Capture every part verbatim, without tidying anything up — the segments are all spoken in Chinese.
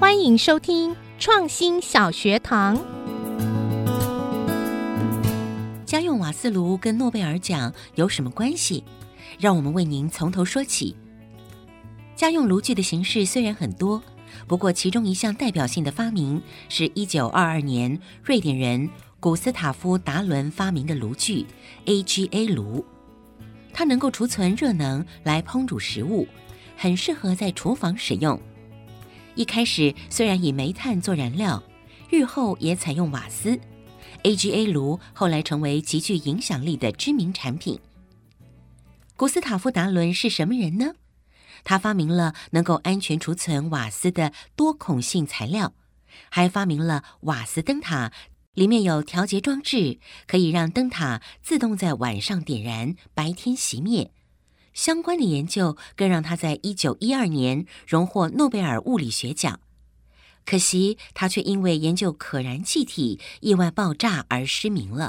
欢迎收听创新小学堂。 家用瓦斯炉跟诺贝尔奖有什么关系？让我们为您从头说起。家用炉具的形式虽然很多，不过其中一项代表性的发明是一九二二年瑞典人古斯塔夫·达伦发明的炉具 A G A 炉。它能够储存热能来烹煮食物，很适合在厨房使用。一开始虽然以煤炭做燃料，日后也采用瓦斯， A G A 炉后来成为极具影响力的知名产品。古斯塔夫·达伦是什么人呢？他发明了能够安全储存瓦斯的多孔性材料，还发明了瓦斯灯塔，里面有调节装置，可以让灯塔自动在晚上点燃，白天熄灭。相关的研究更让他在一九一二年荣获诺贝尔物理学奖。可惜他却因为研究可燃气体意外爆炸而失明了。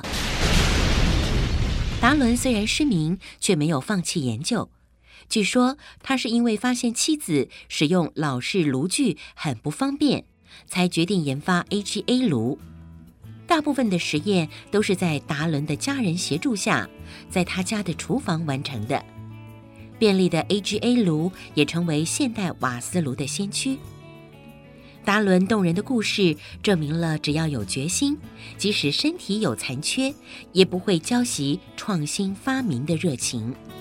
达伦虽然失明，却没有放弃研究。据说他是因为发现妻子使用老式炉具很不方便，才决定研发 A G A 炉。大部分的实验都是在达伦的家人协助下，在他家的厨房完成的。便利的 A G A 炉也成为现代瓦斯炉的先驱。达伦动人的故事证明了，只要有决心，即使身体有残缺，也不会浇熄创新发明的热情。